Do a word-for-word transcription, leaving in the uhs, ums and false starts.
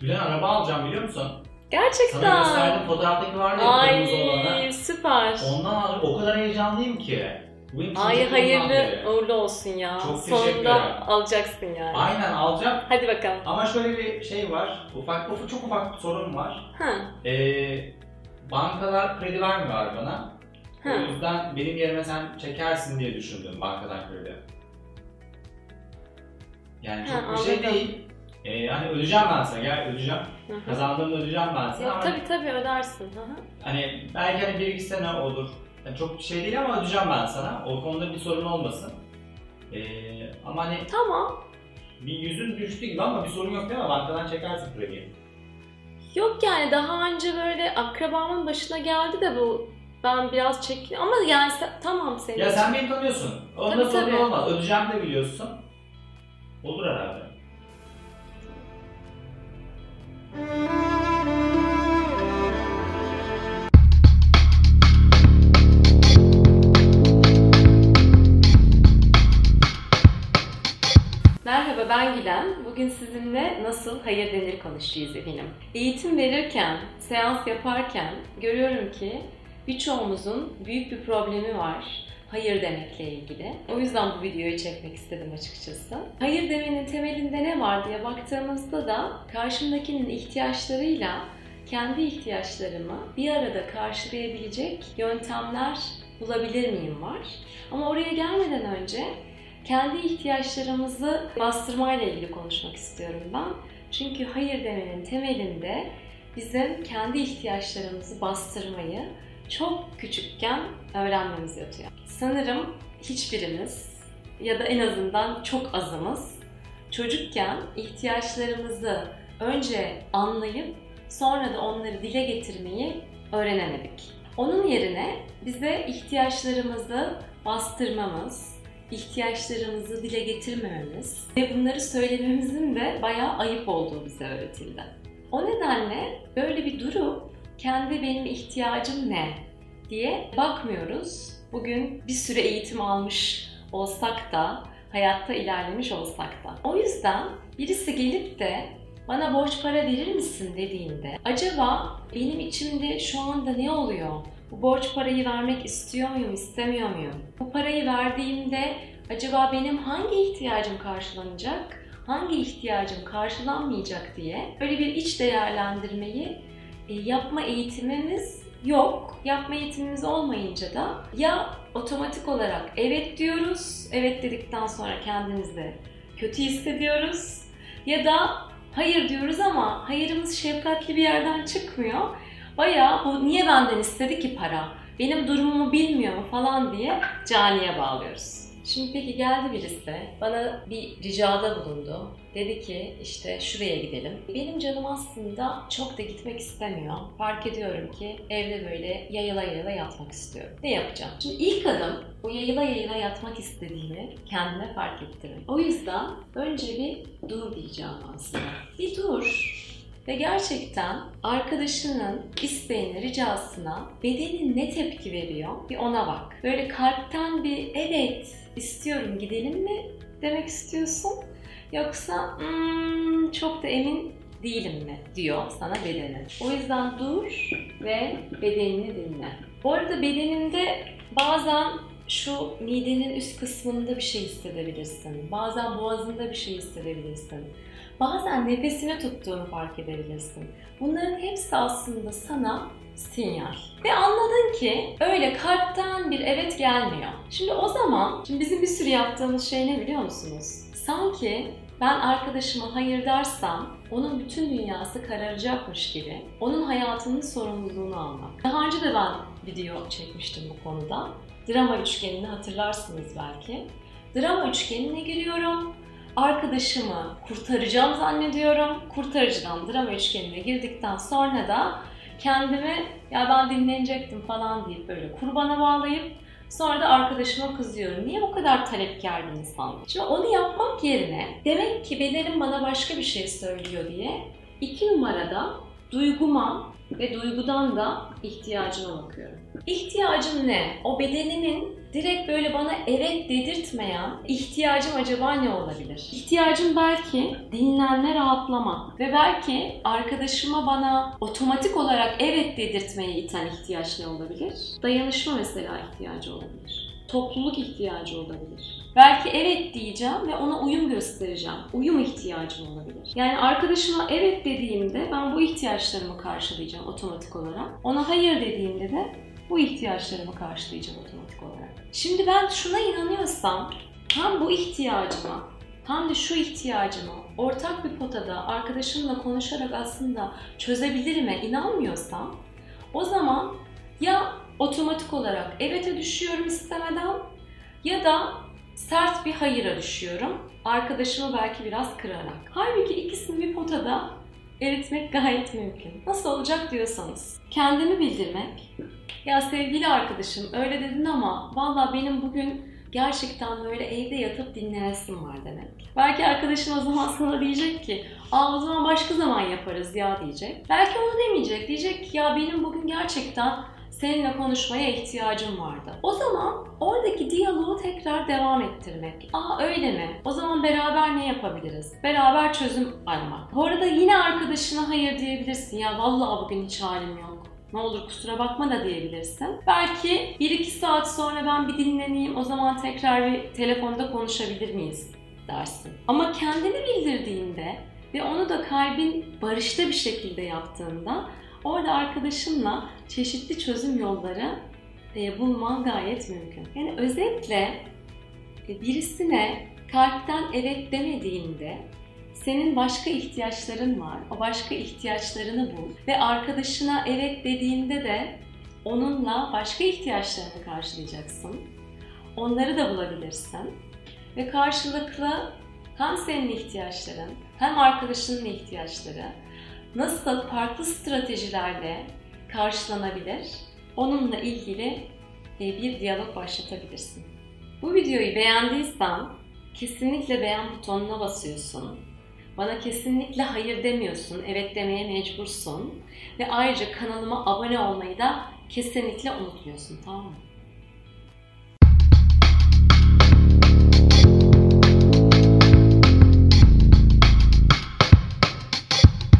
Gülen araba alacağım biliyor musun? Gerçekten. Sana gösterdiğim fotoğraftaki vardı ya kırmızı olanı. Ay süper. Ondan aldım. O kadar heyecanlıyım ki. Ay hayırlı uğurlu olsun ya. Çok teşekkür ederim. Sonunda alacaksın yani. Aynen alacağım. Hadi bakalım. Ama şöyle bir şey var. Ufak, ufak çok ufak bir sorun var. Ha. Ee, bankalar kredi vermiyor bana. Ha. O yüzden benim yerime sen çekersin diye düşündüm bankadan kredi. Yani çok Ha, bir şey anladım. değil. Ee, hani ödeyeceğim ben sana, gel ödeyeceğim. Hı hı. Kazandığımda ödeyeceğim ben sana. Yok, ama tabii tabii ödersin. Hı hı. hani belki hani bir iki sene olur. Yani çok bir şey değil ama ödeyeceğim ben sana. O konuda bir sorun olmasın. Ee, ama hani Tamam. bir yüzün düştü gibi ama bir sorun yok değil mi? Bankadan çekersin krediyi. Yok yani daha önce böyle akrabamın başına geldi de bu. Ben biraz çekin ama yani sen, tamam senin Ya için. sen beni tanıyorsun. Onda Tabii, sorun tabii. olmaz. Ödeyeceğim de biliyorsun. Olur herhalde. Merhaba ben Gülen. Bugün sizinle nasıl hayır denir konuşacağız efendim. Eğitim verirken, seans yaparken görüyorum ki birçoğumuzun büyük bir problemi var. Hayır demekle ilgili. O yüzden bu videoyu çekmek istedim açıkçası. Hayır demenin temelinde ne var diye baktığımızda da karşımdakinin ihtiyaçlarıyla kendi ihtiyaçlarımı bir arada karşılayabilecek yöntemler bulabilir miyim var. Ama oraya gelmeden önce kendi ihtiyaçlarımızı bastırmayla ilgili konuşmak istiyorum ben. Çünkü hayır demenin temelinde bizim kendi ihtiyaçlarımızı bastırmayı çok küçükken öğrenmemiz yatıyor. Sanırım hiçbirimiz ya da en azından çok azımız çocukken ihtiyaçlarımızı önce anlayıp sonra da onları dile getirmeyi öğrenemedik. Onun yerine bize ihtiyaçlarımızı bastırmamız, ihtiyaçlarımızı dile getirmememiz ve bunları söylememizin de bayağı ayıp olduğu bize öğretildi. O nedenle böyle bir durup kendi benim ihtiyacım ne diye bakmıyoruz. Bugün bir süre eğitim almış olsak da, hayatta ilerlemiş olsak da. O yüzden birisi gelip de bana borç para verir misin dediğinde acaba benim içimde şu anda ne oluyor? Bu borç parayı vermek istiyor muyum, istemiyor muyum? Bu parayı verdiğimde acaba benim hangi ihtiyacım karşılanacak, hangi ihtiyacım karşılanmayacak diye böyle bir iç değerlendirmeyi e, yapma eğitimimiz yok. Yapma eğitimimiz olmayınca da ya otomatik olarak evet diyoruz, evet dedikten sonra kendimizi kötü hissediyoruz ya da hayır diyoruz ama hayırımız şefkatli bir yerden çıkmıyor. Bayağı bu niye benden istedi ki para, benim durumumu bilmiyor mu falan diye caniye bağlıyoruz. Şimdi peki geldi birisi bana bir ricada bulundu. Dedi ki işte şuraya gidelim. Benim canım aslında çok da gitmek istemiyor. Fark ediyorum ki evde böyle yayıla yayıla yatmak istiyorum. Ne yapacağım? Şimdi ilk adım o yayıla yayıla yatmak istediğimi kendime fark ettirmek. O yüzden önce bir dur diyeceğim aslında. Bir dur. Ve gerçekten arkadaşının isteğine, ricasına bedenin ne tepki veriyor bir ona bak. Böyle kalpten bir evet istiyorum gidelim mi demek istiyorsun yoksa hmm, çok da emin değilim mi diyor sana bedenin. O yüzden dur ve bedenini dinle. Bu arada bedeninde bazen şu midenin üst kısmında bir şey hissedebilirsin. Bazen boğazında bir şey hissedebilirsin. Bazen nefesini tuttuğunu fark edebilirsin. Bunların hepsi aslında sana sinyal. Ve anladın ki öyle kalpten bir evet gelmiyor. Şimdi o zaman, şimdi bizim bir sürü yaptığımız şey ne biliyor musunuz? Sanki ben arkadaşıma hayır dersem onun bütün dünyası kararacakmış gibi onun hayatının sorumluluğunu almak. Daha önce de ben video çekmiştim bu konuda. Drama üçgenini hatırlarsınız belki. Drama üçgenine giriyorum. Arkadaşımı kurtaracağım zannediyorum. Kurtarıcıdan drama üçgenine girdikten sonra da kendimi ya ben dinlenecektim falan deyip böyle kurbana bağlayıp sonra da arkadaşıma kızıyorum. Niye bu kadar talepkar bir insanım? Şimdi onu yapmak yerine demek ki bedenim bana başka bir şey söylüyor diye iki numarada duyguma ve duygudan da ihtiyacıma bakıyorum. İhtiyacım ne? O bedenimin direkt böyle bana evet dedirtmeyen ihtiyacım acaba ne olabilir? İhtiyacım belki dinlenme, rahatlama ve belki arkadaşıma bana otomatik olarak evet dedirtmeye iten ihtiyaç ne olabilir? Dayanışma mesela ihtiyacı olabilir. Topluluk ihtiyacı olabilir. Belki evet diyeceğim ve ona uyum göstereceğim. Uyum ihtiyacım olabilir. Yani arkadaşıma evet dediğimde ben bu ihtiyaçlarımı karşılayacağım otomatik olarak. Ona hayır dediğimde de bu ihtiyaçlarımı karşılayacağım otomatik olarak. Şimdi ben şuna inanıyorsam, hem bu ihtiyacıma hem de şu ihtiyacımı ortak bir potada arkadaşımla konuşarak aslında çözebilirime inanmıyorsam, o zaman ya otomatik olarak evet'e düşüyorum istemeden ya da sert bir hayır'a düşüyorum. Arkadaşımı belki biraz kırarak. Halbuki ikisini bir potada eritmek gayet mümkün. Nasıl olacak diyorsanız, kendimi bildirmek. Ya sevgili arkadaşım öyle dedin ama valla benim bugün gerçekten böyle evde yatıp dinleyesim var demek. Belki arkadaşın o zaman sana diyecek ki aa o zaman başka zaman yaparız ya diyecek. Belki onu demeyecek. Diyecek ya benim bugün gerçekten seninle konuşmaya ihtiyacım vardı. O zaman oradaki diyaloğu tekrar devam ettirmek. Aa öyle mi? O zaman beraber ne yapabiliriz? Beraber çözüm aramak. Bu arada yine arkadaşına hayır diyebilirsin. Ya vallahi bugün hiç halim yok. Ne olur kusura bakma da diyebilirsin. Belki bir iki saat sonra ben bir dinleneyim. O zaman tekrar bir telefonda konuşabilir miyiz dersin. Ama kendini bildirdiğinde ve onu da kalbin barışta bir şekilde yaptığında orada arkadaşınla çeşitli çözüm yolları e, bulman gayet mümkün. Yani özetle e, birisine kalpten evet demediğinde senin başka ihtiyaçların var. O başka ihtiyaçlarını bul ve arkadaşına evet dediğinde de onunla başka ihtiyaçlarını karşılayacaksın. Onları da bulabilirsin ve karşılıklı hem senin ihtiyaçların hem arkadaşının ihtiyaçları nasıl farklı stratejilerle karşılanabilir, onunla ilgili bir diyalog başlatabilirsin. Bu videoyu beğendiysen kesinlikle beğen butonuna basıyorsun. Bana kesinlikle hayır demiyorsun, evet demeye mecbursun. Ve ayrıca kanalıma abone olmayı da kesinlikle unutmuyorsun, tamam mı?